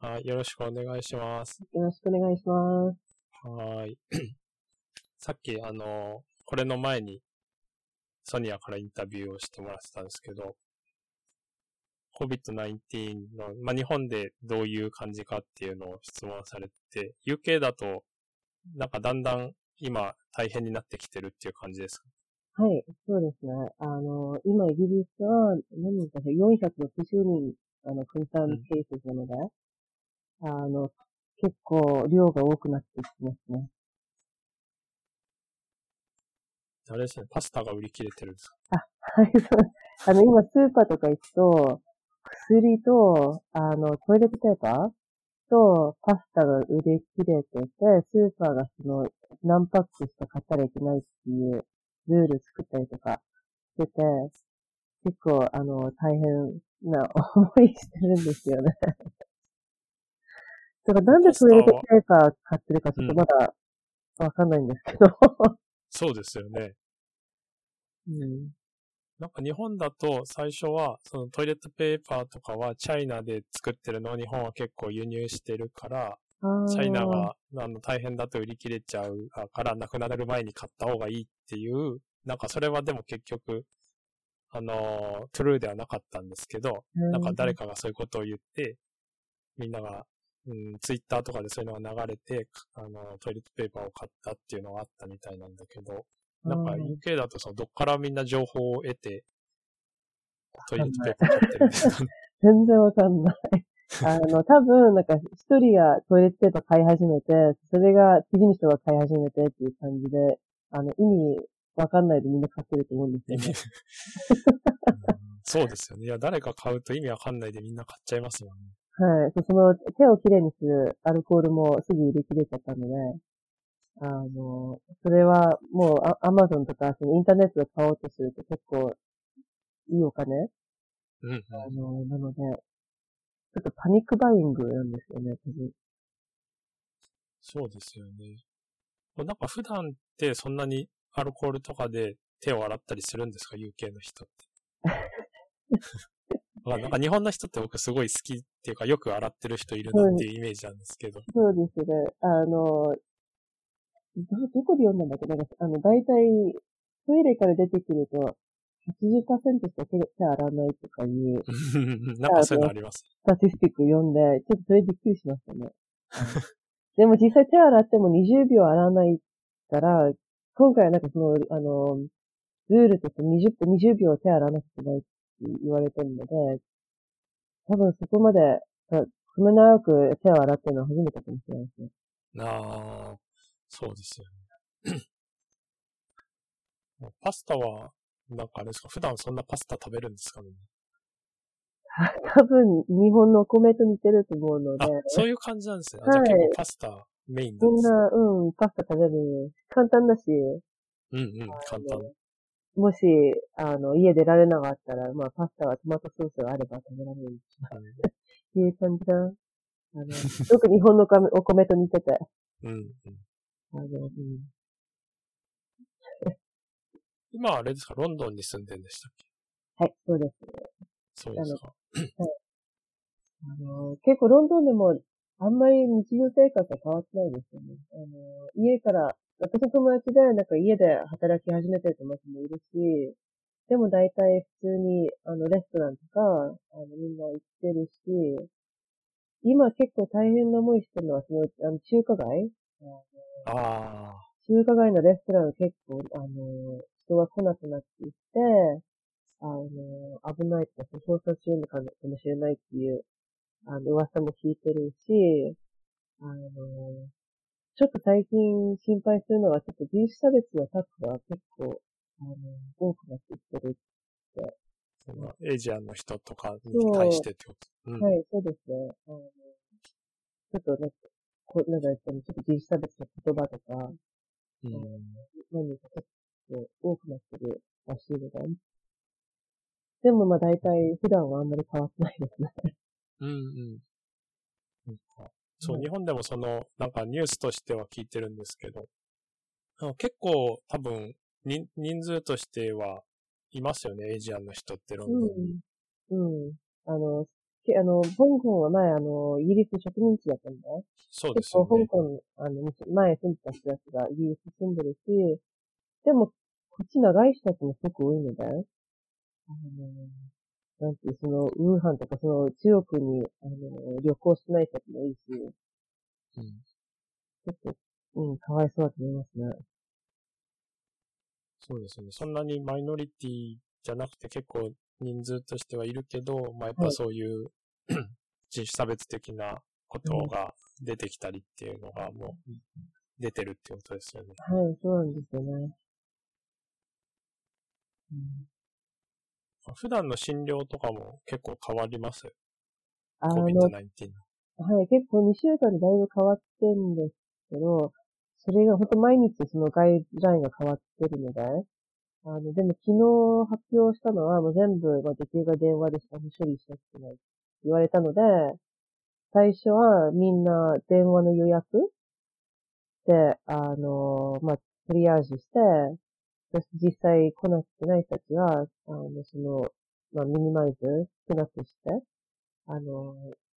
はい、よろしくお願いします。 よろしくお願いします。 はい。さっき、これの前にソニアからインタビューをしてもらってたんですけど、COVID-19 の、日本でどういう感じかっていうのを質問されて、UK だと、なんかだんだん今大変になってきてるっていう感じですか？ はい、そうですね。今、イギリスは、何人か460人、コンサーンうん。 ケースなので、結構量が多くなってきてますね。 あれですね、パスタが売り切れてるんですか？ はい、そう。今、スーパーとか行くと、薬と、トイレットペーパーとパスタが売り切れてて、スーパーが何パックしか買ったらいけないっていうルール作ったりとかしてて、結構、大変な思いしてるんですよね。だからなんでパストイレットタは、 ペーパー買ってるかちょっとうん、 まだわかんないんですけど。 そうですよね。 うん。 なんか日本だと最初はそのトイレットペーパーとかはチャイナで作ってるのを日本は結構輸入してるから、 あチャイナあ、 が大変だと売り切れちゃうからなくなる前に買った方がいいっていう、なんかそれはでも結局、トゥルーではなかったんですけど、なんか誰かがそういうことを言って、みんなが、ツイッターとかでそういうのが流れて、トイレットペーパーを買ったっていうのがあったみたいなんだけど、なんか UK だとどっからみんな情報を得て、トイレットペーわかんない。 パー買ってるんですかね。 全然わかんない。多分、なんか一人がトイレットペーパー買い始めて、それが次の人が買い始めてっていう感じで、意味わかんないでみんな買ってると思うんですよね。 そうですよね。いや、誰か買うと意味わかんないでみんな買っちゃいますもんね。 はい。その手をきれいにするアルコールもすぐ売り切れちゃったので、それはもうアマゾンとかそのインターネットで買おうとすると結構いいお金うんうん。 なので、ちょっとパニックバイングなんですよね、多分。 そうですよね。なんか普段ってそんなにアルコールとかで手を洗ったりするんですか？ UK の人って。なんか日本の人って僕すごい好きっていうかよく洗ってる人いるなっそう、 ていうイメージなんですけど。 そうですね。どこで読んだんだっけなんか、大体、トイレから出てくると、80%しか手洗わないとかいう、 なんかそういうのあります。 スタティスティック読んで、ちょっとそれびっくりしましたね。でも実際手洗っても20秒洗わないから、今回はなんかルールとして20秒手洗わなくてないって言われてるので、多分そこまで、そんな長く手を洗ってるのは初めてかもしれないですね。 ああ、そうですよね。パスタは、なんかあれですか、普段そんなパスタ食べるんですかね。 多分、日本のお米と似てると思うので、 あ、そういう感じなんですね。じゃあ結構はい。 パスタメインなんですね。 みんな、パスタ食べる。簡単だし、 うんうん、簡単。 もし、家出られなかったら、まあ、パスタはトマトソースがあれば食べられるうん、 っていう感じだ。よく日本のお米と似てて。 うんうん、今あれですか、ロンドンに住んでるんでしたっけ？ はい、そうです。あの、 そうですか。 はい結構ロンドンでも、あんまり日常生活は変わってないですよね。家から、私の友達で、なんか家で働き始めてる友達もいるし、でも大体普通に、レストランとか、みんな行ってるし、今結構大変な思いしてるのは、中華街あのああ、 中華街のレストラン結構、人が来なくなっていって、危ないとか、捜査中のかもしれないっていう、噂も聞いてるし、あの、ちょっと最近心配するのは、ちょっと人種差別のタックが結構、あの、多くなってきてるって。 そのエイジアンの人とかに対しそてってこと。うう、 ん。 はい、そうですね。ちょっとね、なんか、ちょっと人種差別の言葉とか、 うん。 何か結構多くなってるらしいので、でもまあ大体普段はあんまり変わってないですね。 うんうん。なんかそう、 はい。 日本でもなんかニュースとしては聞いてるんですけど、結構多分、人数としてはいますよね、エイジアンの人ってロンドンに。 うん。うん。あの、 香港は前、イギリス植民地だったんだよ。結構、 そうですよね。 香港、前住んでた人たちがイギリス住んでるし、でも、こっち長い人たちもすごく多いので、なんていう、ウーハンとか、中国に、旅行してない人たちも多いし、 うん。 ちょっと、かわいそうだと思いますね。 そうですね。そんなにマイノリティじゃなくて結構人数としてはいるけど、まあやっぱはい。 そういう人種差別的なこうん、 とが出てきたりっていうのがもう出てるってことですよね。 はい、そうなんですよね。うん、 普段の診療とかも結構変わりますあの、 ?COVID-19 の。 はい、結構2週間でだいぶ変わってんですけど、それが本当毎日そのガイドラインが変わってるので、でも昨日発表したのはもう全部、できるだけ電話で処理しなきゃいけないって言われたので、最初はみんな電話の予約で、トリアージして、そして実際来なくてない人たちは、ミニマイズ少なくして、あの、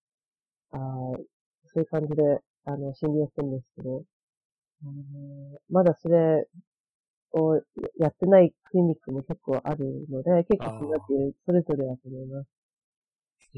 そういう感じで、診療してるんですけど、まだそれをやってないクリニックも結構あるので、結あ構気になってあ、 いる、それぞれだと思います。 うん。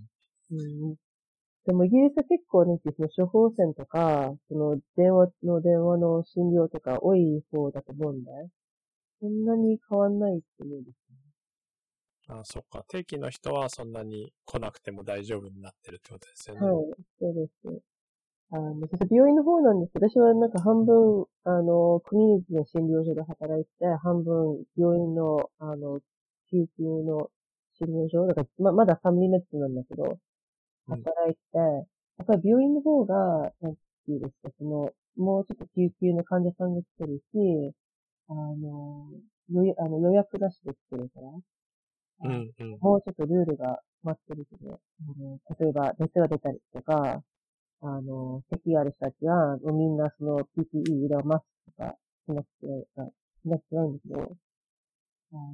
うん、でもイギリスは結構ね、その処方箋とか、その電話の診療とか多い方だと思うんで、そんなに変わんないと思うんですああ、そっか。定期の人はそんなに来なくても大丈夫になってるってことですよよ。 ね。 はい、そうです。そして病院の方なんですけど、私はなんか半分、コミュニティの診療所で働いて、半分、病院の、救急の診療所、だからまだファミリーメッツなんだけど、 うん。 働いて、やっぱり病院の方が、なんていうんですか、もうちょっと救急の患者さんが来てるし、あの、予約なしで来てるから、 うん、うん。 もうちょっとルールが待ってるけど、例えば熱が出たりとか、咳がある人たちは、もうみんなその PPE 色マスクとかしなくてないんだけど、あの、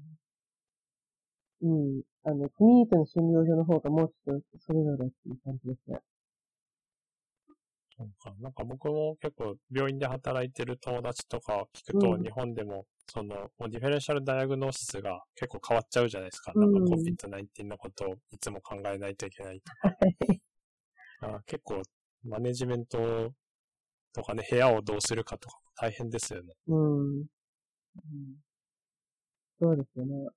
コミュニティの診療所の方がもうちょっとそれぞれっていう感じですね。 そうか。なんか僕も結構病院で働いてる友達とか聞くと、 うん、 日本でも、もうディフェレンシャルダイアグノーシスが結構変わっちゃうじゃないですか。 うなんかん。 COVID-19 のことをいつも考えないといけないとか。結構マネジメントとかね、部屋をどうするかとか大変ですよね。 うん。うん、そうですよね。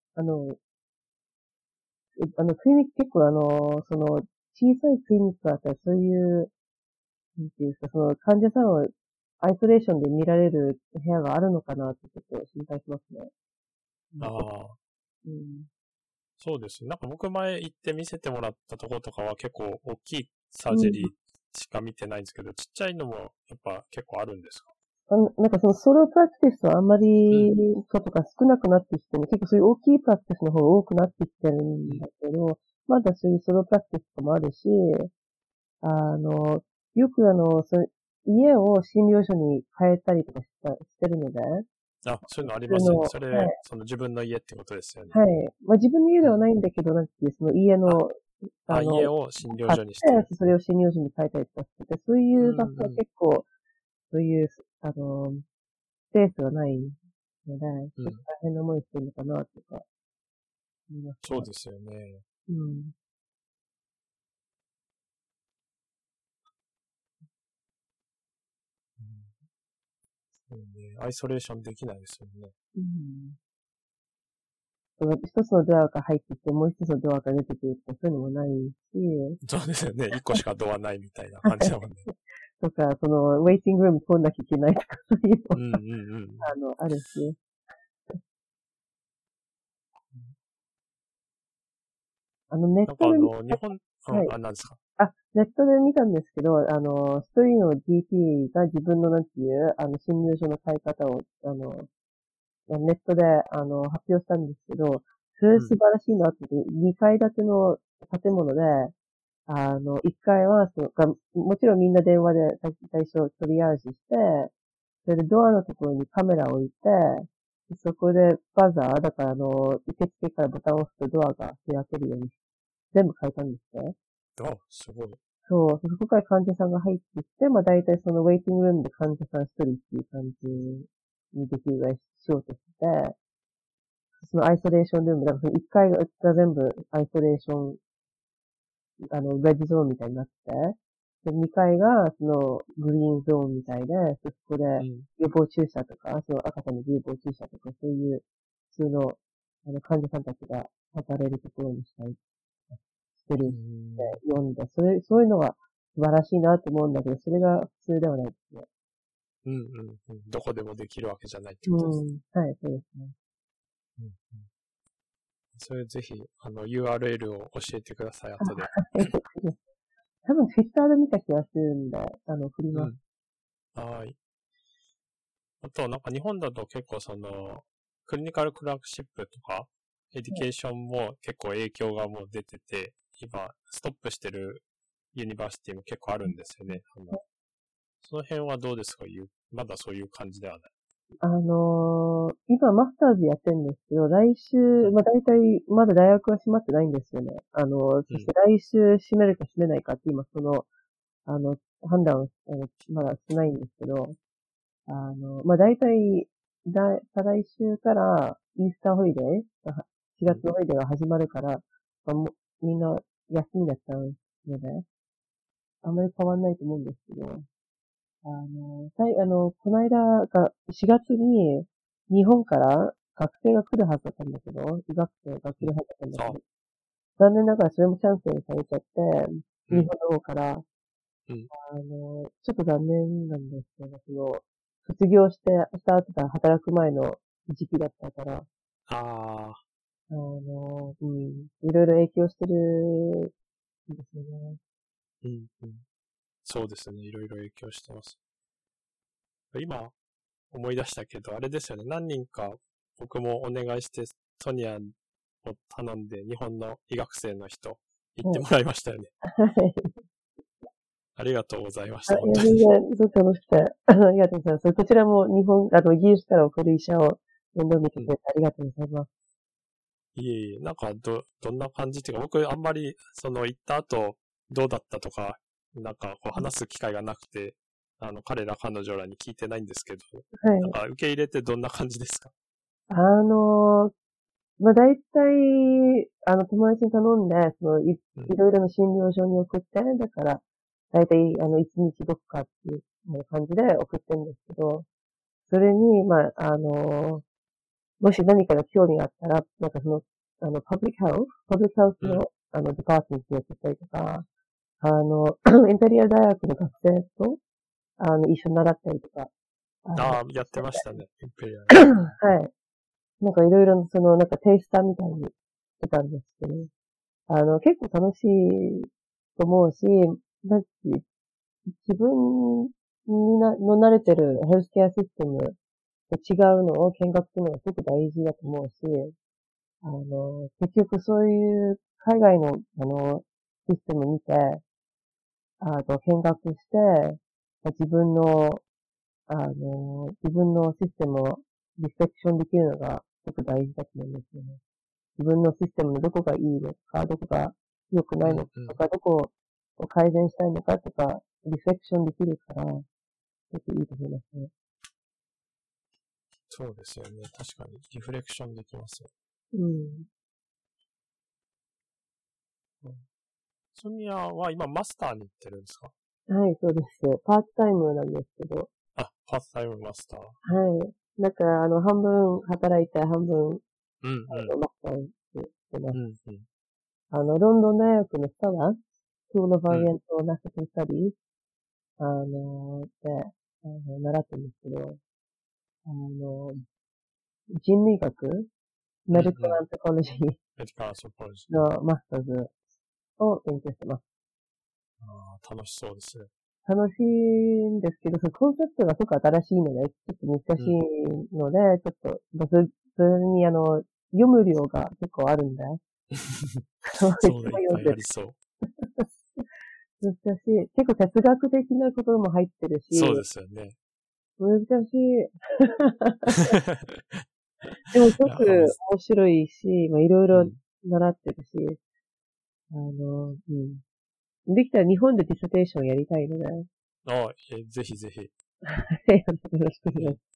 クリニック結構小さいクリニックだったらそういう、なんていうんですか、その患者さんをアイソレーションで見られる部屋があるのかなってちょっと心配しますね。 ああ、 うん。 そうですね。なんか僕前行って見せてもらったところとかは結構大きいサーうん。 ジェリーしか見てないんですけど、ちっちゃいのもやっぱ結構あるんですか？ なんかそのソロプラクティスはあんまうん、 りことが少なくなってきてね、結構そういう大きいプラクティスの方が多くなってきてるうん、 んだけど、まだそういうソロプラクティスとかもあるし、あの、よく家を診療所に変えたりとかしてるので、 あ、そういうのありますよね。 普通の、 それ、 はい、 その自分の家ってことですよね。 はい。まあ、自分の家ではうん。 ないんだけど、なんていう、その家あ、 の、あの、 家を診療買っ所にしてる。 て、それを診療所に変えたりとかしてて、そういうん、 う場所はうん、 結構、そういう、スペースがないので、ちょっとうん。 大変な思いしてるのかな、とか、思いますね。 そうですよね。 うん。 うん、そうね。アイソレーションできないですよね。 うん。その一つのドアが入ってきて、もう一つのドアが出てくるとか、そういうのもないし、 そうですよね。一個しかドアないみたいな感じだもんね。 とか、ウェイティングルーム通んなきゃいけないとか、そういうのうん、うん、 が、 うん。 あるし、ネットで、 日本、うん、 はい。 あ、なんですか。 ネットで見たんですけど、一人の GP が自分のなんていう、診療所の変え方を、ネットで、発表したんですけど、それうん、 素晴らしいなって言って、2階建ての建物で、1階は、もちろんみんな電話で最初トリアージして、それでドアのところにカメラを置いて、そこでバザー、だから受付からボタンを押すとドアが開けるようにし全部変えたんですね。 あ、すごい。 そう、そこから患者さんが入ってきて、まあ大体そのウェイティングルームで患者さん一人っていう感じにできるぐらいしようとして、そのアイソレーションルーム、だからその1階が全部アイソレーション、レッドゾーンみたいになって、で2階がそのグリーンゾーンみたいで、そこでうん。 予防注射とか、その赤ちゃんの予防注射とか、そういう普通の患者さんたちが働れるところにしたい、してるって読んで、そういうのが素晴らしいなと思うんだけど、それが普通ではないですね。 うんうんうん。どこでもできるわけじゃないってうことです。 ん。はい、そうですね。 うんうん。それぜひ、URL を教えてください、後で。 多分ツイッターで見た気がするんで、振ります。 うん。はい。あと、なんか日本だと結構クリニカルクラークシップとか、エディケーションも結構影響がもう出てて、今、ストップしてるユニバーシティも結構あるんですよね。その辺はどうですか？まだそういう感じではない。 今マスターズやってるんですけど、来週、まあ大体、まだ大学は閉まってないんですよね。そして来週閉めるか閉めないかって今あの、判断を、まだしてないんですけど、まあ大体、再来週からイースターホリデーが、4月のホリデーが始まるから、まあ、みんな休みになっちゃうので、あんまり変わんないと思うんですけど、この間が、4月に日本から学生が来るはずだったんだけど、医学生が来るはずだったんだけど、残念ながらそれもキャンセルされちゃって、日本の方から、ちょっと残念なんですけど、卒業した後から働く前の時期だったから、いろいろ影響してるんですよね。 うんうん。そうですね。いろいろ影響してます。今、思い出したけど、あれですよね。何人か僕もお願いして、ソニアを頼んで、日本の医学生の人、行ってもらいましたよね。 はい。 ありがとうございましあ、 た、 いや、 本当に。 全然、そう楽しくて、ありがとうございます。こちらもイギリスから送る医者を面倒見てくれてありがとうございます。 いえいえ、なんかどんな感じっていうか、僕あんまり、行った後、どうだったとか、なんかこう話す機会がなくて、彼女らに聞いてないんですけど、 はい。 なんか受け入れてどんな感じですか？ あのまあ、大体、友達に頼んで、いろいろな診療所に送って、だから、大体、一日どこかっていう感じで送ってるんですけど、それに、まあ、もし何かが興味があったら、なんかパブリックヘルスの、デパートメントに送ったりとか、インペリアル大学の学生と、一緒に習ったりとか、 ああ、やってましたね、インペリアル。 はい。なんかいろいろなんかテイスターみたいにしてたんですけど、結構楽しいと思うし、だって自分の慣れてるヘルスケアシステムと違うのを見学するのがすごく大事だと思うし、結局そういう海外の、システム見て、見学して、自分の、自分のシステムをリフレクションできるのがすごく大事だと思うんですよね。自分のシステムのどこがいいのか、どこが良くないのかとか、どこを改善したいのかとか、リフレクションできるから、すごくいいと思いますね。 そうですよね。確かに、リフレクションできますよ。 うん。 ソニアは今マスターに行ってるんですか？ はい、そうです。パートタイムなんですけど、 あ、パートタイムマスター。 はい。だから、半分働いて、半分、 うんうん。 マスターしてます。 うんうん。 ロンドン大学のスタバ、School of うん。 Oriental African Studies、で、習ってるんですけど、あの、人類学、メディカルアントコロジーメディカルアンソポロジのマスターズを勉強してます。 ー。ああ、楽しそうですね。 楽しいんですけど、そのコンセプトがすごく新しいので、ちょっと難しいので、ちょっと、それに読む量が結構あるんで、 そうね、いっぱいありそう。 難しい。結構哲学的なことも入ってるし、 そうですよね。 難しい。でもすごく面白いし、まあ、いろいろ習ってるし、 できたら日本でディステーションやりたいので、 ぜひぜひ。 よろしくお願いします。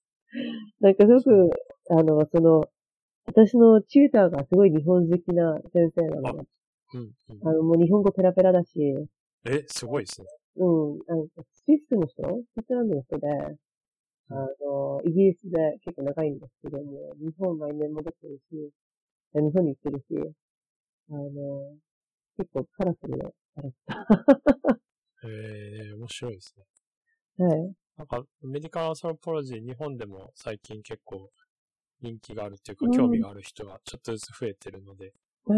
なんかすごく、私のチューターがすごい日本好きな先生なので、もう日本語ペラペラだし、 すごいですね。 スイスの人スイスランドの人で、イギリスで結構長いんですけども、日本毎年戻ってるし、日本に行ってるし、結構カラフルなキャラクタ面白いですー。はい。 なんか、アメリカンアンソロポロジー、日本でも最近結構人気があるっていうか、 うん、 興味がある人がちょっとずつ増えてるので。 はい。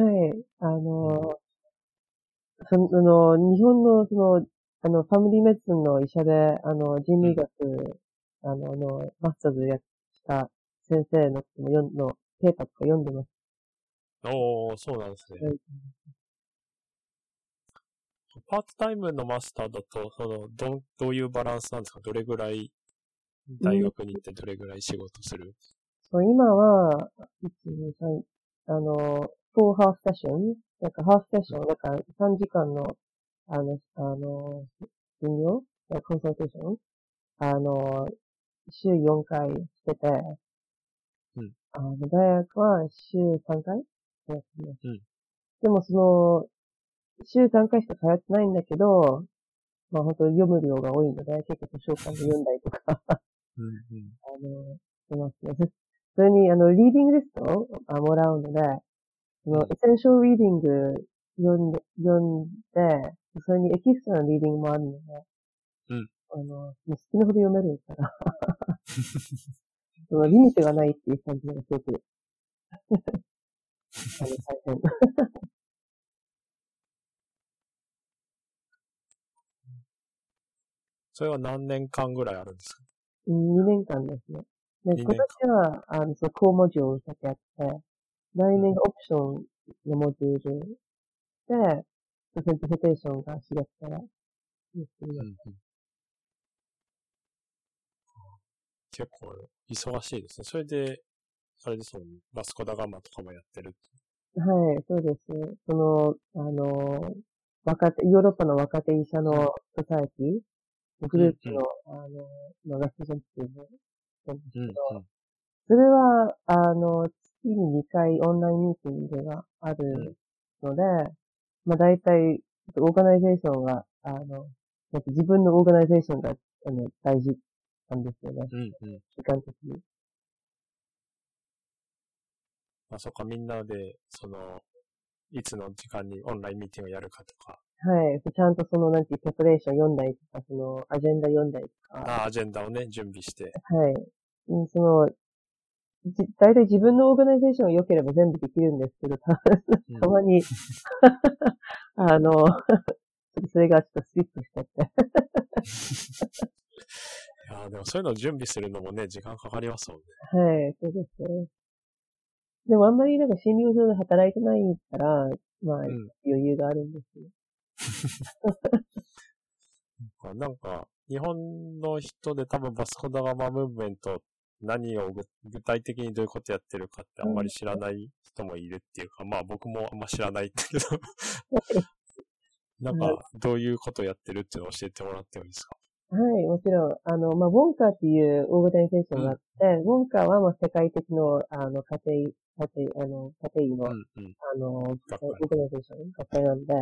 日本の、ファミリーメディスンの医者で、人類学、マスターズやった先生のペーパーとか読んでます。 そうなんですね。 はい。 パートタイムのマスターだと、どういうバランスなんですか？どれぐらい大学に行ってどれぐらい仕事する？ 今は、1、2、3、4ハーフセッションなんかハーフセッション、なんか3時間の、診療コンサルテーション週4回してて、大学は週3回やってます。でも週3回しか通ってないんだけど、まあ本当読む量が多いので、結構図書館で読んだりとかしてますね。それに、リーディングリストをもらうので、エッセンシャルリーディング読んで、それにエキストラのリーディングもあるので、もう好きなほど読めるから、リミットがないっていう感じがすごく、大変。 それは何年間ぐらいあるんですか 2年間ですね。で、今年は、コーモジュールだけやって、来年がオプションのモジュールで、プレゼンテーションが4月からやっています。 結構忙しいですね。それで、あれですもんね。バスコダガマとかもやってる。 はい、そうです。ヨーロッパの若手医者のソサエティ、グループの、学生さんっていうのなんですけど、それは、月に2回オンラインミーティングがあるので、まあ大体、オーガナイゼーションが、自分のオーガナイゼーションが、大事なんですよね。時間的に。 そっか、みんなで、いつの時間にオンラインミーティングをやるかとか。 はい。ちゃんとなんていう、プレパレーション読んだりとか、アジェンダ読んだりとか。 アジェンダをね、準備して。 はい。大体自分のオーガナイゼーションが良ければ全部できるんですけど、たまにそれがちょっとスリップしちゃって。 いやでもそういうのを準備するのもね、時間かかりますもんね。 はい、そうですね。でもあんまりなんか診療所で働いてないから、まあ、余裕があるんですよ。 なんか、日本の人で多分バスコダガマムーブメント何を具体的にどういうことやってるかってあんまり知らない人もいるっていうか、まあ僕もあんま知らないんだけどなんか、どういうことやってるっていうのを教えてもらってもいいですか？ はい、もちろん。まあ、ウォンカーっていうオーガナイゼーションがあって、ウォンカーはまあ世界的の、家庭医の、オーガナイゼーション、学会なんで、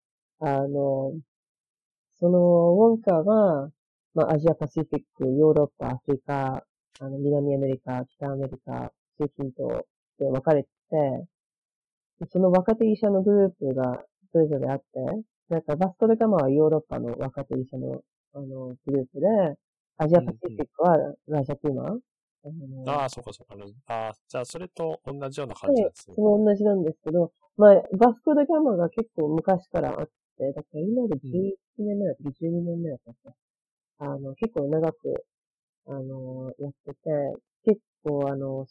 そのウォンカーは、まあ、アジアパシフィック、ヨーロッパ、アフリカ、南アメリカ、北アメリカ、中近東で分かれてて、その若手医者のグループがそれぞれあって、なんかバスコデガマはヨーロッパの若手医者の、グループで、アジアパシフィックはラジャクーマそうかそうか。じゃあそれと同じような感じなんですね。 その同じなんですけど、まあ、バスコデガマが結構昔からあって、だから今で11年目だった12年目だったっけ結構長く、やってて、結構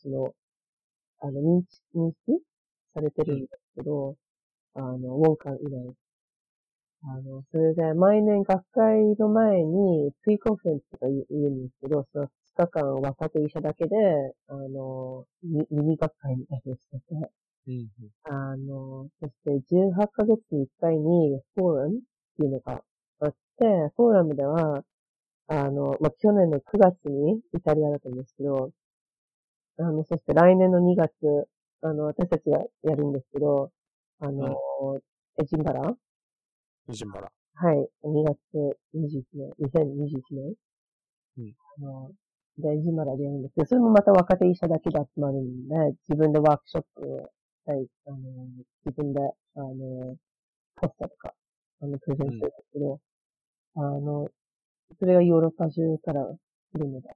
認識されてるんですけど、ウォンカー以来。それで、毎年学会の前に、プリコンフェンスとか言うんですけど、その2日間若手医者だけで、ミニ学会みたいにしてて、 うん。 そして18ヶ月に1回にフォーラムっていうのがあって、フォーラムでは、去年の9月にイタリアだったんですけど、そして来年の2月、私たちがやるんですけど、あうん。 の、エジンバラニジンバラ。 はい、2月21年、2021年、 うん。 あの、で、エジンバラでやるんですけど、それもまた若手医者だけで集まるんで、自分でワークショップをしたり、自分で、ポスターとか、プレゼンするんうん。 ですけど、あの、それがヨーロッパ中から来るので、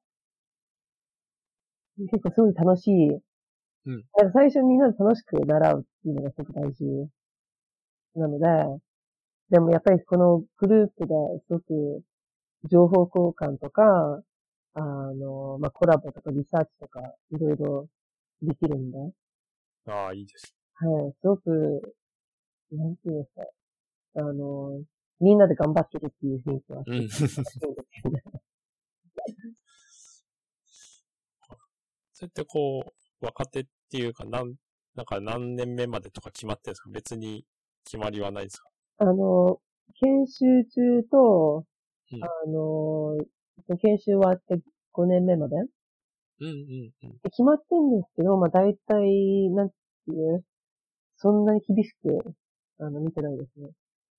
結構すごい楽しい。 うん。 だから最初みんなで楽しく習うっていうのがすごく大事なので、でもやっぱりこのグループですごく情報交換とか、コラボとかリサーチとかいろいろできるんで、 ああ、いいです。 はい、すごく、なんていうんですか、あの、みんなで頑張ってるっていう雰囲気はすうん。 ごく楽しいんですよね。 それってこう、若手っていうか、なんか何年目までとか決まってるんですか？別に決まりはないですか？ あの、研修中と、 うん。 あの、研修終わって5年目までうんうんうん。 決まってんですけど、まあ大体、なんていう、そんなに厳しく、見てないですね。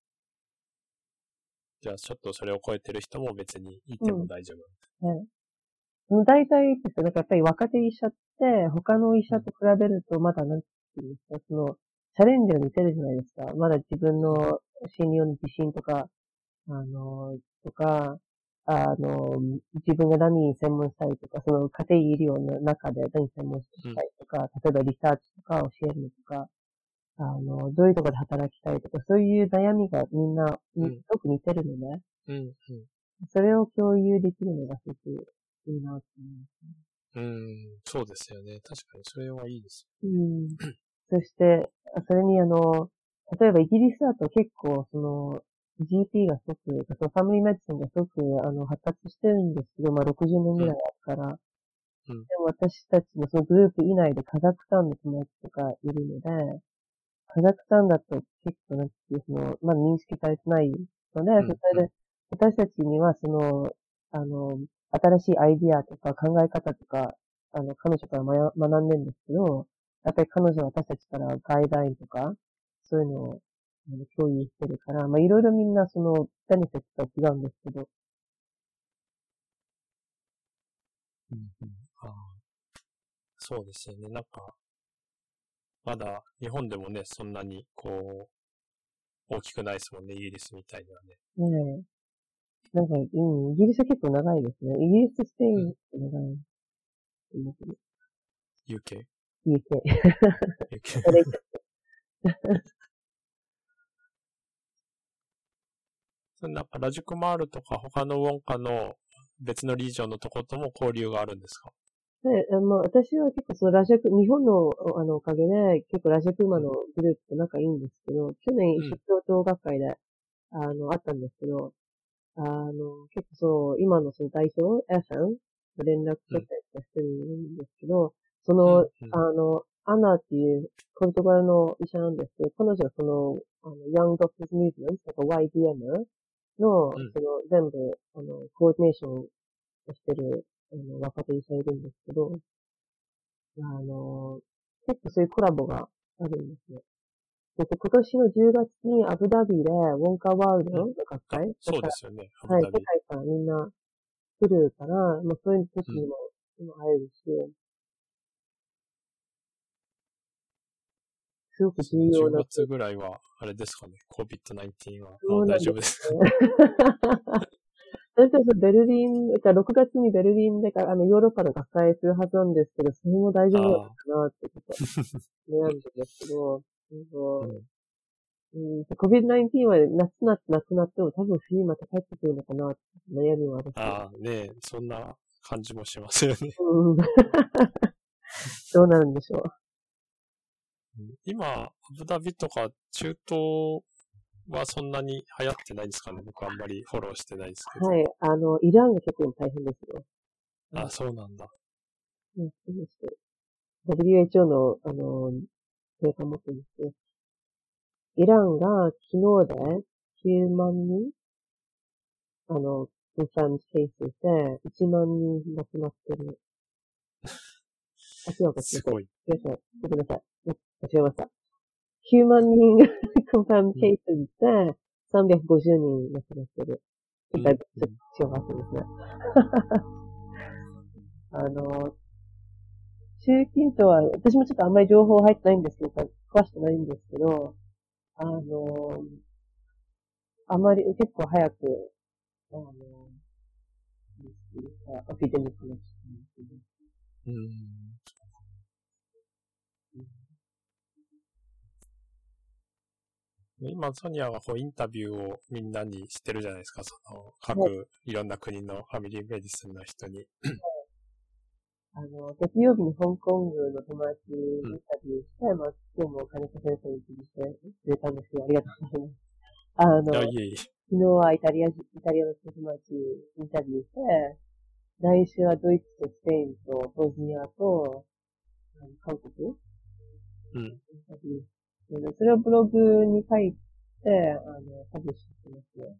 じゃあちょっとそれを超えてる人も別にいてもうん。 大丈夫。 はい。大体ですよ。なんかやっぱり若手医者って、他の医うん。 者と比べると、まだなんていうんですか、チャレンジが似てるじゃないですか。まだ自分の診療の自信とか、とか、自分が何に専門したいとか、その家庭医療の中で何に専門しうん。 たいとか、例えばリサーチとか教えるのとか、どういうところで働きたいとか、そういう悩みがみんな、すうん。 ごく似てるのね。 うん。うん。 それを共有できるのがすごくいいなと思います。 うん。そうですよね。確かにそれはいいです。 うん。そして、それに例えばイギリスだと結構GP がすごく、そのファミリーメディシンがすごく発達してるんですけど、まあ60年うん。 ぐらいあるから、 うん。 でも私たちのそのグループ以内でカザクスタンの友達とかいるので、カザクスタンだと結構なんていう、まあ認識されてないので、 うん。うん。 それで私たちにはあの、新しいアイディアとか考え方とか、彼女から学んでるんですけど、やっぱり彼女は私たちからガイドラインとか、そういうのを共有してるから、まあいろいろみんなベネフィットが違うんですけど、 うん。ああ、そうですよね。なんか、まだ日本でもね、そんなにこう、大きくないですもんね、イギリスみたいにはね。 ねえ、なんか、イギリスは結構長いですね。イギリス、スペイうん。 ンって長いと思うけど、 UK。 UK。それ UK。なんかラジクマールとか他のウォンカの別のリージョンのとことも交流があるんですか？ で、私は結構日本のおかげで結構ラジャク馬うん。 のグループと仲いいんですけど、去年うん。 一緒同学会で、あったんですけど、結構今のその代表、エアさんと連絡うん。 取ったりとかしてるんですけど、 うん。うん。 アナっていうポルトガルの医者なんですけど、彼女はヤングドクターズミュージアム、なんか YDM の、 うん。 全部、コーディネーションをしてる、若手医者いるんですけど、あの、結構そういうコラボがあるんですね。今年の10月にアブダビでウォンカーワールドうん。 の学あ、 会だから、 そうですよね。アブはい、 ダビ。 世界からみんな来るから、まあそういう時うん。 にも今会えるし、すごく重その10 要な、 月ぐらいは、あれですかね。COVID-19 はもう大そうなんで丈夫ですか？ すね。私たちベルリン、6月にベルリンでヨーロッパの学会するはずなんですけど、それも大丈夫なのかああ。 なってちょっと悩んでるんですけど、 うん。 COVID-19 は夏になってなくなっても多分冬また帰ってくるのかなって悩みはあるし。 ああ、ねえ、そんな感じもしますよね。 うん。どうなるんでしょ今、アブダビとか中東はそんなに流行ってないですかね。僕あんまりフォローしてないですけう。 ど。 はい。イランが結構大変ですよ。 あ、そうなんだ。 そうです。WHO の、 データ持ってるんですけど、イランが昨日で9万人、confirmed cases で1万人亡くなってる。違うか、 すごい。 ごめんなさい。間違えました。9万人 confirmed cases で350人亡くなってる。ちょっと違うはずですね。習近平は、私もちょっとあんまり情報入ってないんですけど、詳しくないんですけど、あまり結構早く、アピデミックな時期に。 今、ソニアがインタビューをみんなにしてるじゃないですか。各いろんな国のファミリーメディスンの人に。 月曜日に香港の友達にインタビューして、今日も金子先生に聞いてくれたんですけど、ありがとうございます。昨日はイタリアの友達にインタビューして、来週はドイツとスペインとボスニアと、韓国インタビュー。それをブログに書いて、パブリッシュしてますね。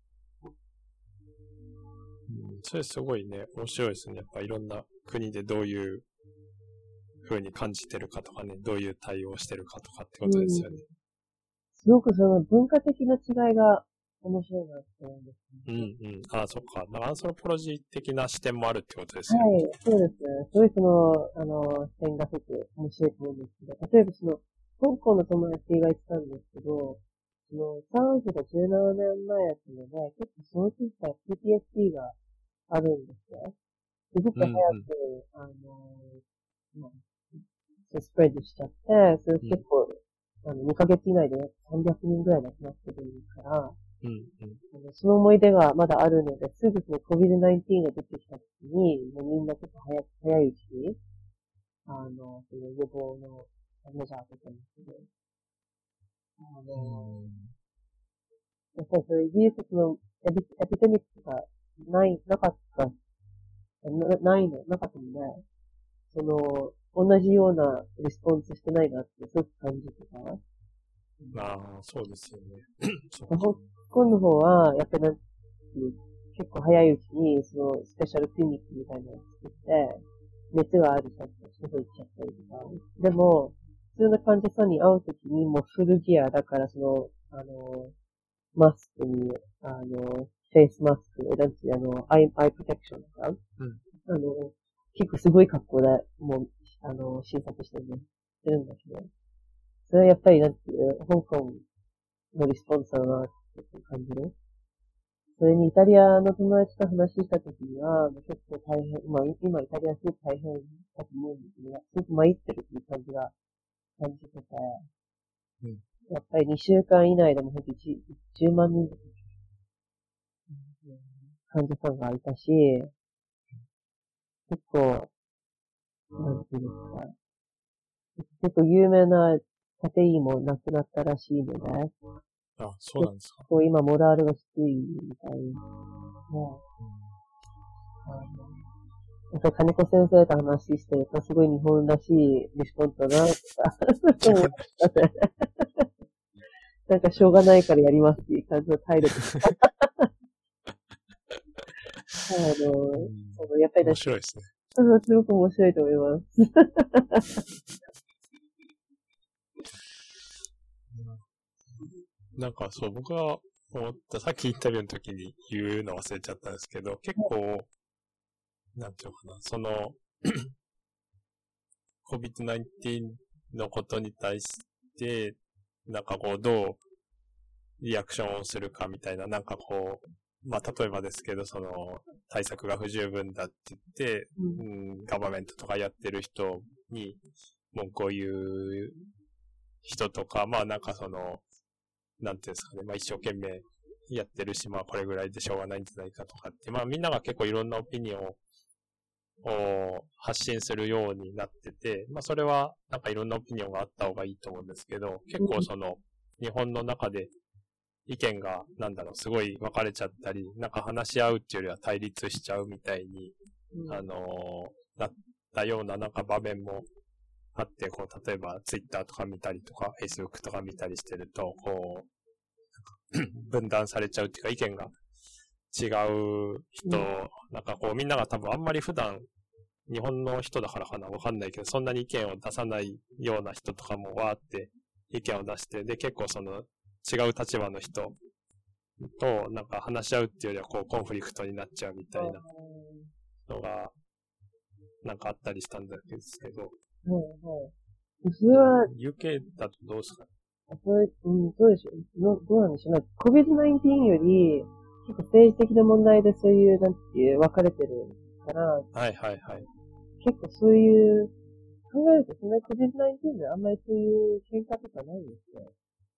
それすごいね、面白いですね。やっぱいろんな国でどういう風に感じてるかとかね、どういう対応してるかとかってことですよね。 すごくその文化的な違いが面白いなって思うんですね。そっか。だからアンソロポロジー的な視点もあるってことですよね。 はい、そうですね。すごいその、視点がすごく面白いと思うんですけど、例えば香港の友達が言ってたんですけど、30か17年前やったので、結構その時から PTSD があるんですね。すごく早く、スプレッドしちゃって、それ結構、2ヶ月以内で300人ぐらい亡くなってるから、その思い出がまだあるので、すぐその COVID-19 が出てきた時に、もうみんなちょっと早いうちに、その予防のメジャーとかにする。やっぱりそういう技術のエピデミックがなかったので、同じようなリスポンスしてないなってすごく感じてた。 そうですよね。 香港の方は、やっぱり結構早いうちに、スペシャルクリニックみたいなのを作って、熱がある人行っちゃったりとか。でも、普通の患者さんに会うときにもうフルギアだから、マスクに、フェイスマスク、アイプロテクションとか、結構すごい格好で、もう、診察してるんですね。それはやっぱり香港のリスポンスだなって感じる。それにイタリアの友達と話したときには、結構大変、今イタリアすごく大変だと思うんですけど、すごく参ってるっていう感じてて、やっぱり2週間以内でもほんと10万人患者さんがいたし、結構、なんていうんですか、結構有名なカテイも亡くなったらしいので、 そうなんですか。 結構今モラルが低いみたいな。やっぱり金子先生と話してるとすごい日本らしいリスポンスだな、と思ったね。なんかしょうがないからやりますっていう感じの態度で。やっぱり面白いですね。 すごく面白いと思います。 なんか僕が思った、さっきインタビューの時に言うの忘れちゃったんですけど、結構、なんていうのかな、COVID-19 のことに対して、なんかどうリアクションをするかみたいな、なんか例えばですけど、対策が不十分だって言って、ガバメントとかやってる人に文句を言う人とか、なんかなんていうんですかね、一生懸命やってるし、これぐらいでしょうがないんじゃないかとかって、みんなが結構いろんなオピニオンを発信するようになってて、それはなんかいろんなオピニオンがあった方がいいと思うんですけど、結構日本の中で意見が、すごい分かれちゃったり、なんか話し合うっていうよりは対立しちゃうみたいに、なったようななんか場面もあって、こう、例えば Twitter とか見たりとか、Facebook とか見たりしてると、こう、分断されちゃうっていうか、意見が違う人、なんかこう、みんなが多分あんまり普段、日本の人だからかなわかんないけど、そんなに意見を出さないような人とかもわーって意見を出して、で、結構その違う立場の人となんか話し合うっていうよりはこうコンフリクトになっちゃうみたいなのがなんかあったりしたんですけど。 それは、 UK だとどうですか？ どうでしょう。どうなんでしょう。COVID-19 より、結構政治的な問題でそういう、なんていう、分かれてるから、 はいはいはい。 結構そういう、考えると、そんな COVID-19 であんまりそういう喧嘩とかないんですよ。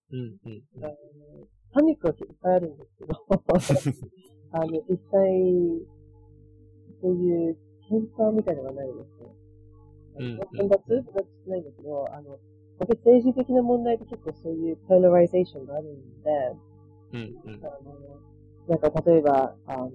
パニックは結構いっぱいあるんですけど、実際、そういう喧嘩みたいなのがないですよ。分割しないんだけど、政治的な問題って結構そういうポラライゼーションがあるんで、なんか例えば、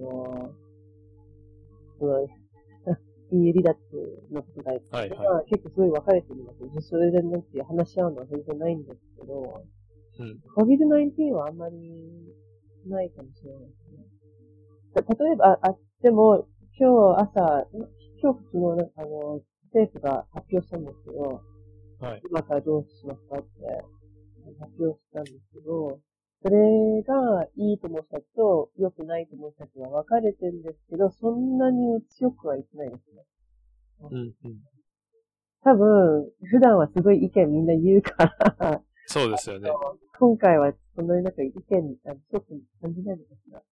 その、EU 離脱の問題とか、結構すごい分かれてるんだけど、それでなんて話し合うのは全然ないんですけど、COVID-19 はあんまりないかもしれないですね。例えば、でも、今日昨日、政府が発表したんですけど、今からどうしますかって発表したんですけど、それがいいと思う人たちと良くないと思う人たちが分かれてるんですけど、そんなに強くは言ってないですね。多分、普段はすごい意見みんな言うからそうですよね。 今回はそんなになんか意見、強く感じないのかしら。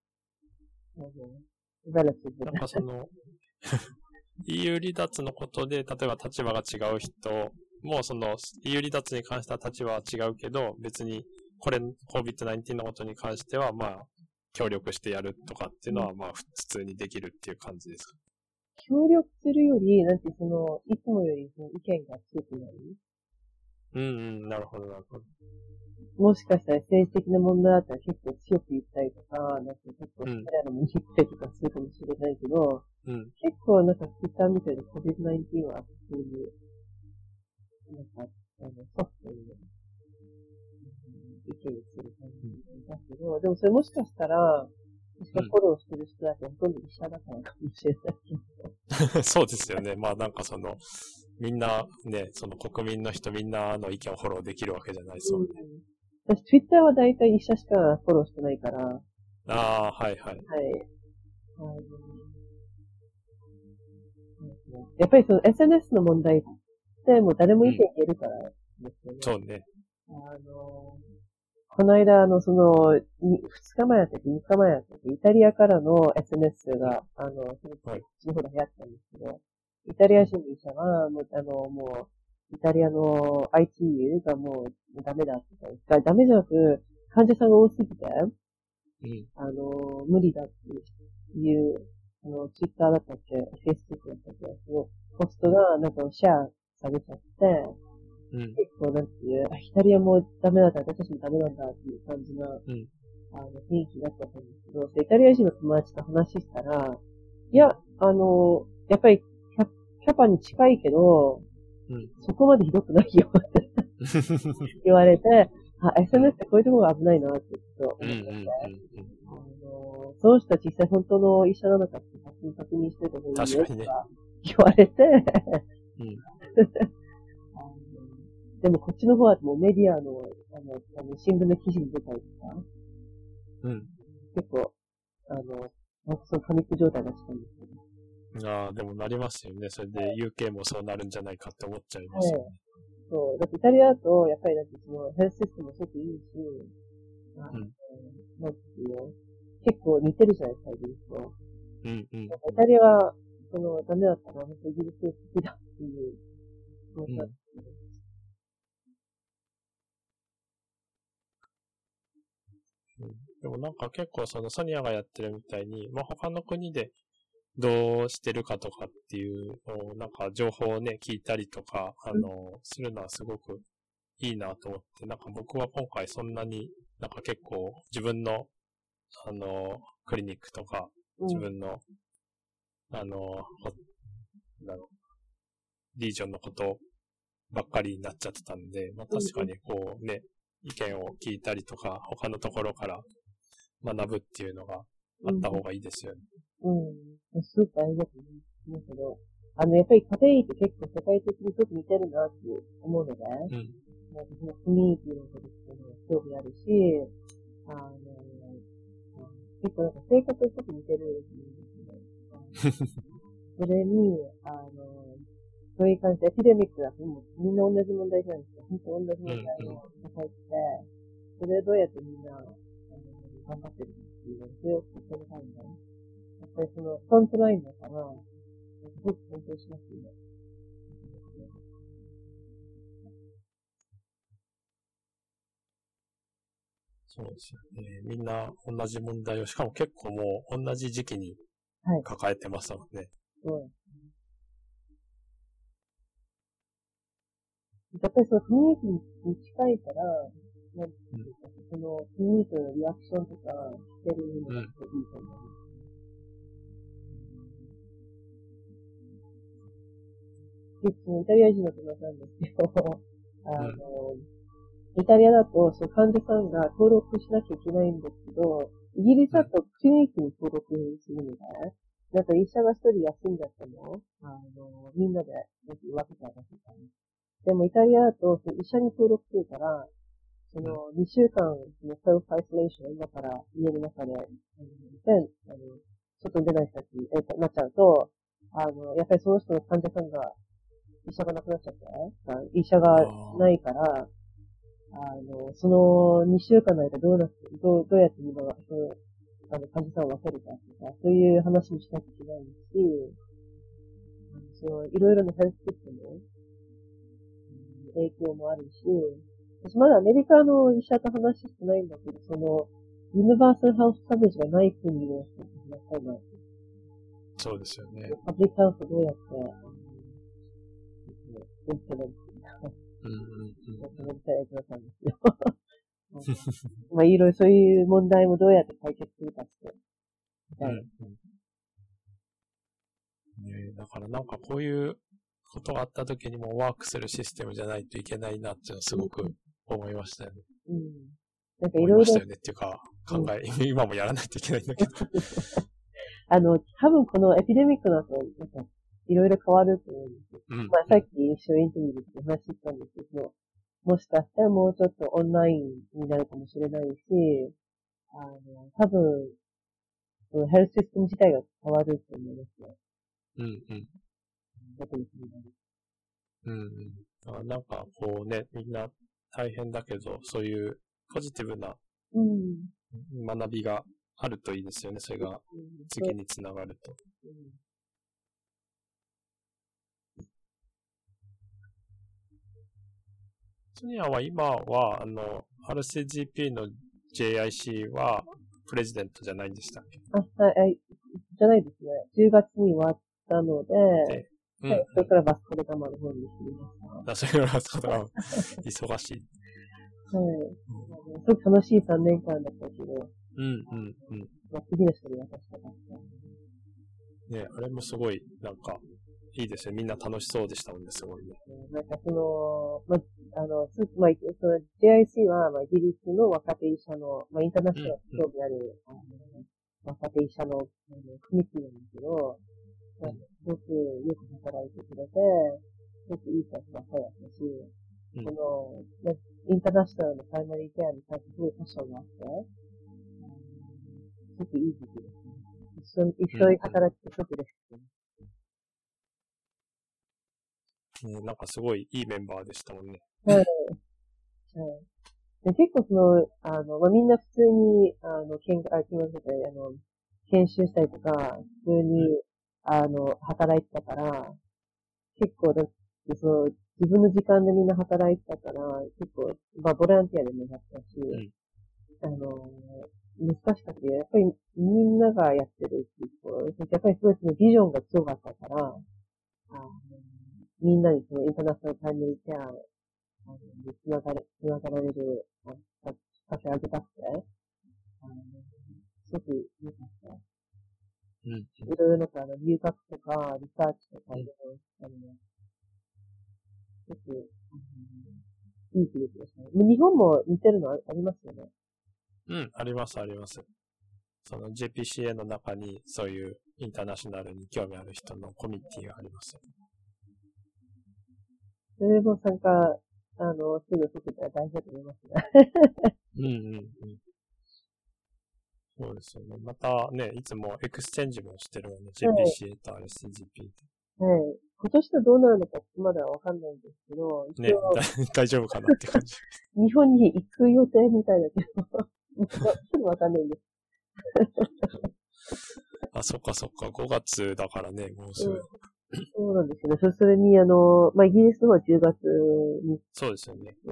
なんかその、EU 離脱のことで、例えば立場が違う人も、その EU 離脱に関しては立場は違うけど、別にこれ COVID-19 のことに関しては、まあ、協力してやるとかっていうのは、まあ、普通にできるっていう感じですか？ 協力するより、なんていつもよりその意見が強くなる。 なるほど、なるほど。 もしかしたら政治的な問題だったら結構強く言ったりとか、なんか結構彼らも言ったりとかするかもしれないけど、結構なんかツイッターみたいな COVID-19 はそういう、なんか、ソフトに意見する感じだけど、でもそれもしかしたら、フォローしてる人だってほとんど一緒だからかもしれないけど。そうですよね。まあなんかその、みんなね、その国民の人みんなの意見をフォローできるわけじゃないですもんね。 私、ツイッターはだいたい一社しかフォローしてないから。 はいはい。 やっぱりその SNS の問題ってもう誰も意見言えるからですよね。 そうね。 この間、2日前だったっけ、3日前だったっけ、イタリアからの SNS が、そっちの方で流行ったんですけど、イタリア人の医者は、もう、イタリアの ITU がもうダメだって言ったんですが、ダメじゃなく、患者さんが多すぎて、無理だっていう、ツイッターだったっけ、Facebook だったっけ、ポストがなんかシェアされちゃって、結構なんていう、イタリアもダメだったら私たちもダメなんだっていう感じな、雰囲気になっちゃったんですけど、イタリア人の友達と話したら、いや、やっぱりキャパに近いけど、そこまでひどくないよって言われて、SNS ってこういうところが危ないなってちょっと思ってて、その人は実際本当の医者なのかって確認してた方がいいよとか言われて、でもこっちの方はもうメディアの、新聞の記事に出たりとか、結構、そのパニック状態になっちゃったんですけど。 でもなりますよね。それで UK もそうなるんじゃないかって思っちゃいますよね。 そう。だってイタリアだと、やっぱりそのヘルスシステムもすごくいいし、なんていうの、結構似てるじゃないですか、イギリスと。イタリアは、ダメだったら、本当イギリス好きだっていう、 でもなんか結構そのソニアがやってるみたいに、まあ他の国でどうしてるかとかっていうのをなんか情報をね、聞いたりとか、するのはすごくいいなと思って、なんか僕は今回そんなになんか結構自分の、クリニックとか、自分の、リージョンのことばっかりになっちゃってたんで、まあ確かにこうね、意見を聞いたりとか、他のところから学ぶっていうのがあった方がいいですよね。 すごく大事だと思うけど、やっぱり家庭医って結構世界的にちょっと似てるなって思うので、なんかそのコミュニティのことっていうのが興味あるし、結構なんか生活がちょっと似てるんですね。それに、そういう感じで、エピデミックだともうみんな同じ問題じゃないですか。本当同じ問題を抱えてて、それをどうやってみんな、頑張ってるっていうのを、それを聞いてみたいんだ。やっぱりその、フロントラインだから、すごく尊敬しますよね。 そうですよね。みんな同じ問題を、しかも結構もう同じ時期に抱えてましたもんね。 はい。やっぱりそのコミュニティに近いから、そのコミュニティのリアクションとかしてるのがすごくいいと思います。イタリア人の友達なんですけど、イタリアだと、その患者さんが登録しなきゃいけないんですけど、イギリスだとクリニックに登録するので、なんか医者が一人休んじゃっても、みんなで分けたらしいから。でもイタリアだと、その医者に登録するから、その2週間のセルフアイソレーション、だから家の中で、外に出ない人たちになっちゃうと、やっぱりその人の患者さんが、医者が亡くなっちゃって、医者がないから、その2週間の間どうやってみんなが、患者さんを分けるかとか、そういう話もしなきゃいけないし、いろいろなヘルスシステムの影響もあるし、私まだアメリカの医者と話してないんだけど、ユニバーサルハウスカベージがない国の人と話したいな。 そうですよね。 パブリックハウスどうやって、インプレメントやってたんですよ。まあ、いろいろそういう問題もどうやって解決するかって。 だからなんかこういうことがあった時にもワークするシステムじゃないといけないなっていうのはすごく思いましたよね。 なんかいろいろ。 思いましたよねっていうか、今もやらないといけないんだけど。 多分このエピデミックだと、なんか、いろいろ変わると思うんですよ。まあさっき一緒にインタビューで話したんですけど、もしかしたらもうちょっとオンラインになるかもしれないし、多分、ヘルスシステム自体が変わると思いますよ。 なんかこうね、みんな大変だけど、そういうポジティブな学びがあるといいですよね。それが次につながると。ジュニアは今は、RCGP の JIC はプレジデントじゃないんでしたっけ？ じゃないですね。10月に終わったので、それからバスコデガマの方に移りました。 それからバスコデガマ、忙しい。 すごく楽しい3年間だったけど、次の人に渡したかった。 ね、あれもすごい、なんか、いいですよ。みんな楽しそうでしたもんね、すごいね。 なんかJIC は、イギリスの若手医者の、インターナショナル興味ある、若手医者の、組織なんですけど、すごくよく働いてくれて、すごくいい人ばっかりだったし、インターナショナルのプライマリーケアに対してすごいパッションがあって、すごくいい時期ですね。一緒に働きてすごく嬉しくて。 なんかすごいいいメンバーでしたもんね。 で結構みんな普通に、研修したりとか、普通に、働いてたから、結構自分の時間でみんな働いてたから、結構、ボランティアでもやったし、難しかったけど、やっぱりみんながやってるっていう、やっぱりすごいビジョンが強かったから、みんなにそのインターナショナルタイムリーケアにつながられる、させあげたくて、すごく良かった。いろいろ留学とか、リサーチとかいろいろしたりも。 よく、いい刺激でしたね。日本も似てるのありますよね。 うん、あります、あります。その JPCA の中にそういうインターナショナルに興味ある人のコミュニティがあります。 それも参加、すぐ解けたら大事だと思いますね。 うんうんうん。そうですよね。またね、いつもエクスチェンジもしてるよね。JPCA と SCGP。 はい。今年はどうなるのかまだわかんないんですけど、 ね、大丈夫かなって感じ。 日本に行く予定みたいだけど、すぐわかんないんです。 あ、そっかそっか。5月だからね、もうすぐ。 そうなんですよね。それに、イギリスのは10月に。 そうですよね。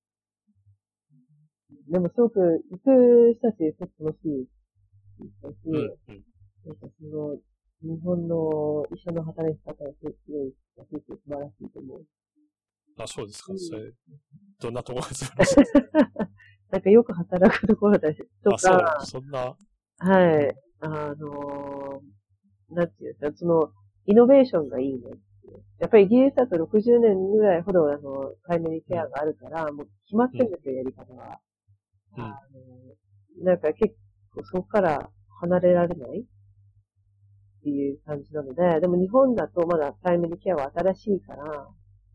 でもすごく行く人たちすごく楽しいですし、なんか日本の医者の働き方がすごい、素晴らしいと思う。 あ、そうですか。それ、どんなところが素晴らしいなんかよく働くところだし、とか、 そんな。 はい。なんていうんですか、イノベーションがいいね。やっぱりイギリスだと60年ぐらいほど、プライマリーケアがあるから、もう決まってるんですよ、やり方は。なんか結構そこから離れられないっていう感じなので、でも日本だとまだプライマリーケアは新しいから、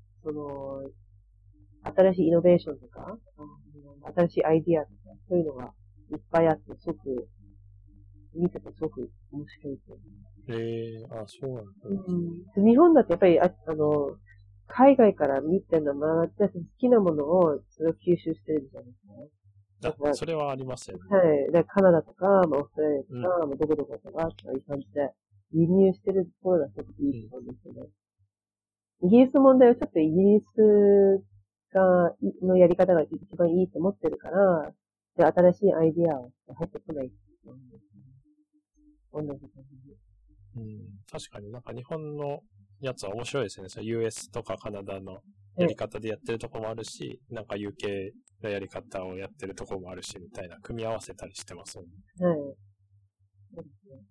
新しいイノベーションとか、新しいアイディアとか、そういうのがいっぱいあって、すごく、見ててすごく面白いですよね。 そうなんだ。 日本だとやっぱり、海外から見てるのは、好きなものを、それを吸収してるじゃないですか。 それはありますよね。 はい。でカナダとか、オーストラリアとか、どこどことか、そういう感じで、輸入してるところがすごくいいと思うんですよね。イギリスの問題はちょっとイギリスのやり方が一番いいと思ってるから、で、新しいアイディアが入ってこないって思うんですね。同じ感じ。 確かになんか日本のやつは面白いですね。US とかカナダのやり方でやってるとこもあるし、なんか UK のやり方をやってるとこもあるし、みたいな、組み合わせたりしてますよね。 はい。そうですね。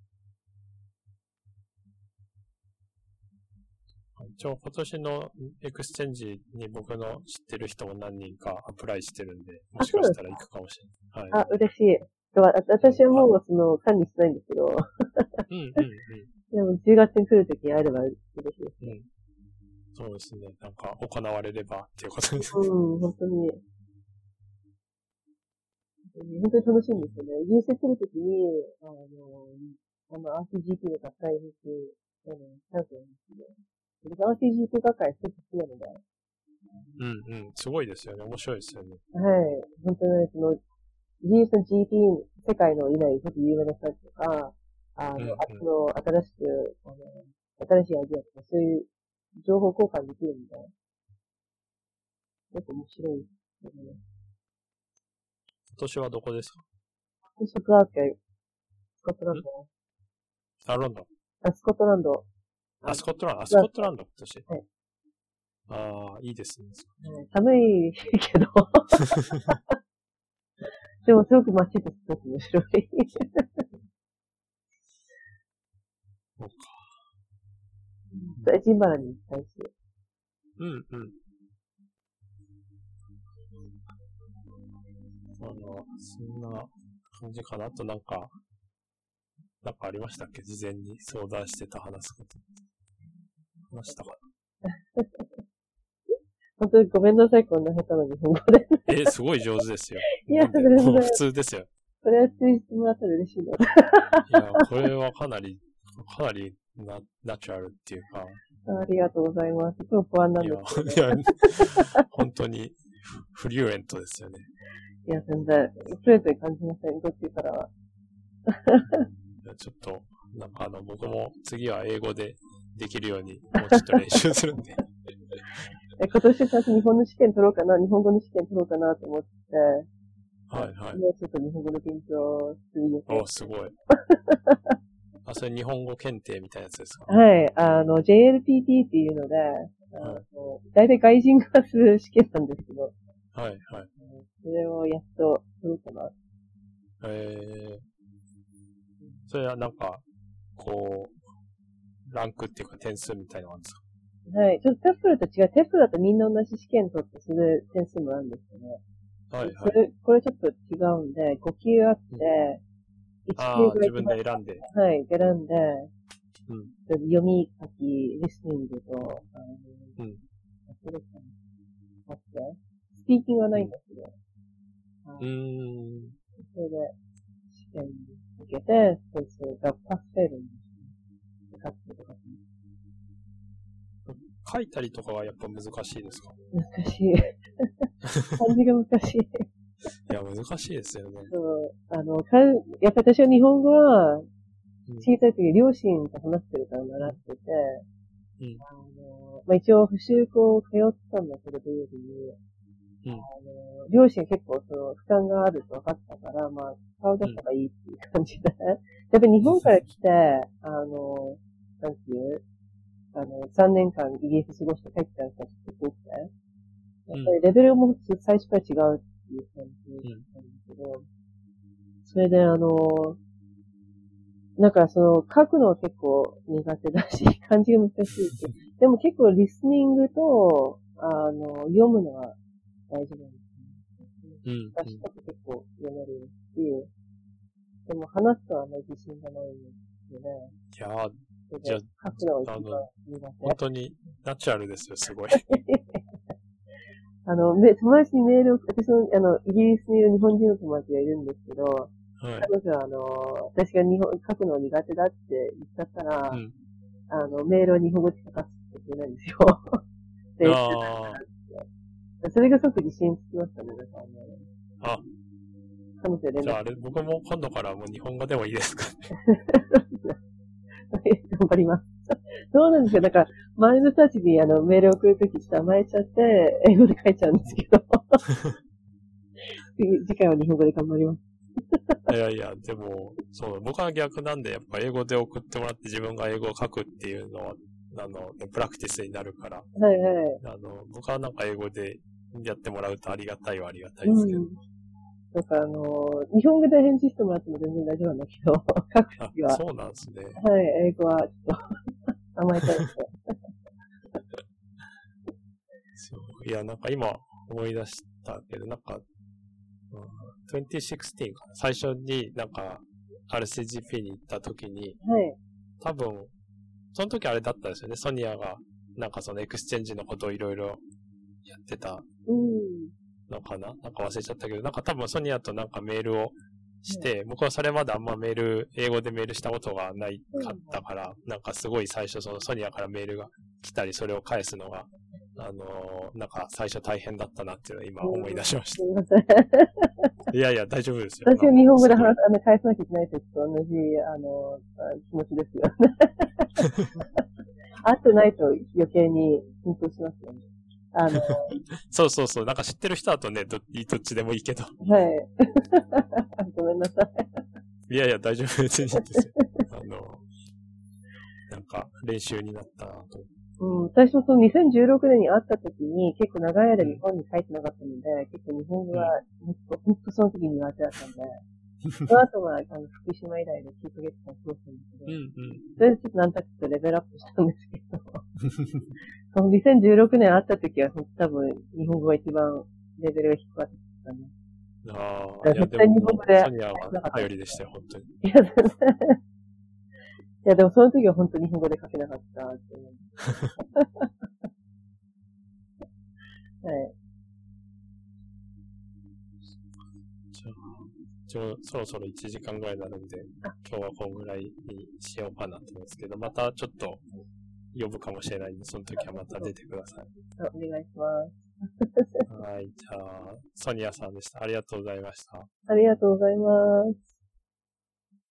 一応今年のエクスチェンジに僕の知ってる人も何人かアプライしてるんで、もしかしたら行くかもしれない。 はい。嬉しい。私はもう管理してないんですけど。でも10月に来るときにあれば嬉しいですね。 そうですね。なんか行われればっていうことですね。本当に。本当に楽しいんですよね。イギリス来るときに、RCGP の学会に行く、チャンスなんですけど。RCGP 学会すごく好きなので。 すごいですよね。面白いですよね。 はい。本当にイギリスの GP、世界の今よりちょっと有名な人たちとか、新しいアイディアとか、そういう情報交換できるんで、結構面白いですよね。 今年はどこですか？ 今年はグラスゴー、スコットランド。 ロンドン。 スコットランド。 スコットランド今年。 はい。 いいですね。 寒いけど。でもすごく街とすごく面白い。 そうか。 エジンバラに行きたいし。 そんな感じかな。あとなんかありましたっけ？事前に相談してた話すこと。話したかな？ 本当にごめんなさい、こんな下手な日本語で。 すごい上手ですよ。 いや、 もう普通ですよ。 それはツイートもらったら嬉しいな。 いや、これはかなりナチュラルっていうか。 ありがとうございます。すごく不安なんですけど、ね。 いや、本当にフリュエントですよね。 いや、全然、フルエントに感じません、どっちからは。 ちょっと、なんか僕も次は英語でできるようにもうちょっと練習するんで。 今年最初日本の試験取ろうかな、日本語の試験取ろうかなと思って、 はいはい。 もうちょっと日本語の勉強する予定。 すごい。それ日本語検定みたいなやつですか？ はい、JLPT っていうので、だいたい外人がする試験なんですけど、 はいはい。 それをやっと取ろうかな。 それはなんか、こう、ランクっていうか点数みたいなのあるんですか？ はい。ちょっとテフルと違う。テフルだとみんな同じ試験取って、それで点数もらうんですよね。 はいはい。 これちょっと違うんで、5級あって、1級ああ、 が自分一番、 で選んで。 はい、選んで、 うん。 読み書き、リスニングと、 うん。 それかなあって、スピーキングはなうん。 いんだけど、はうい。 ーん。 それで、試験受けて、点数がパスフェールになって、とか書いたりとかはやっぱ難しいですか？ 難しい。漢字が難しい。 いや、難しいですよね。 そう、やっぱ私は日本語は、 うん。 小さい時両親と話してるから習ってて、 うん。 一応、補習校を通ったんだけど、土曜日に、 うん。 両親結構その負担があると分かったから、まあ、顔出うん。 した方がいいっていう感じで。やっぱり日本から来て、なんていう、3年間イギリス過ごして帰ってきた人たち結構多くて、やうん。 っぱりレベルも最初から違うっていう感じうん。 なんだけど、それでなんかその書くのは結構苦手だし、漢字が難しいし、でも結構リスニングと、読むのは大事なんですね。 うん。うん。 私とか結構読めるし、でも話すとはあんまり自信がないんですよね。 いやー、 それでじゃ書くのは一あ、 番苦手。 本当にナチュラルですよ、すごい。 友達にメールを、私の、イギリスにいる日本人の友達がいるんですけど、 はい。 彼女は、私が書くの苦手だって言っちゃったら、 うん。 メールを日本語で書かせてくれないんですよ。で、 あそれがすごく自信つきましたね、だからね。 あ、あ、 彼女連絡。 じゃああれ、僕も今度からもう日本語でもいいですかね。 頑張ります。そうなんですよ。だから、前の人たちにメールを送るときちょっと甘えちゃって、英語で書いちゃうんですけど、次回は日本語で頑張ります。 いやいや、でも、そう、僕は逆なんで、やっぱ英語で送ってもらって自分が英語を書くっていうのは、プラクティスになるから、 はいはい。 僕はなんか英語でやってもらうとありがたいはありがたいですけど。 うん。とか、日本語で返事してもらっても全然大丈夫なんだけど、書くとあ、 きは、 そうなんですね。 はい、英語はちょっと甘えちゃいますね。 そう。いや、なんか今思い出したけど、なんか、2016かな。最初になんか RCGP に行った時に、 はい。 多分、その時あれだったんですよね。ソニアが、なんかそのエクスチェンジのことをいろいろやってたうん。 のかな、なんか忘れちゃったけど、なんか多分ソニアとなんかメールをしはい。 て、僕はそれまであんま英語でメールしたことがないかっそうなんだ。 たから、なんかすごい最初そのソニアからメールが来たり、それを返すのが、なんか最初大変だったなっていうのを今思い出しましすみません。 た。いやいや、大丈夫ですよ。 私は日本語ですごい。 返さなきゃいけないときと同じ、気持ちですよ。会ってないと余計に緊張しますよね。あの、 そうそうそう。なんか知ってる人だとね、どっちでもいいけど。 はい。ごめんなさい。 いやいや、大丈夫です。いいですよ。なんか練習になったなと。 うん、私もその2016年に会った時に結構長い間うん。 日本に帰ってなかったので、結構日本語がうん。 ほんとその時に苦手だったんで、その後は福島以来で9ヶ月間過ごしたんですけど、 うん。うん。 それでちょっとなんとなくレベルアップしたんですけど、その2016年会った時は多分日本語が一番レベルが低かったね。 ああ、いや、 だから絶対日本でももう、 語で返ソニアはせなかったんですけど。 頼りでしたよ、本当に。 いや、全然。いや、でもその時は本当に日本語で書けなかったって思う。はい。 じゃあ、そろそろ1時間ぐらいになるんで、今日はこんぐらいにしようかなと思うんですけど、またちょっと呼ぶかもしれないんで、その時はまた出てください。 お願いします。 はい、じゃあ、ソニアさんでした。ありがとうございました。 ありがとうございます。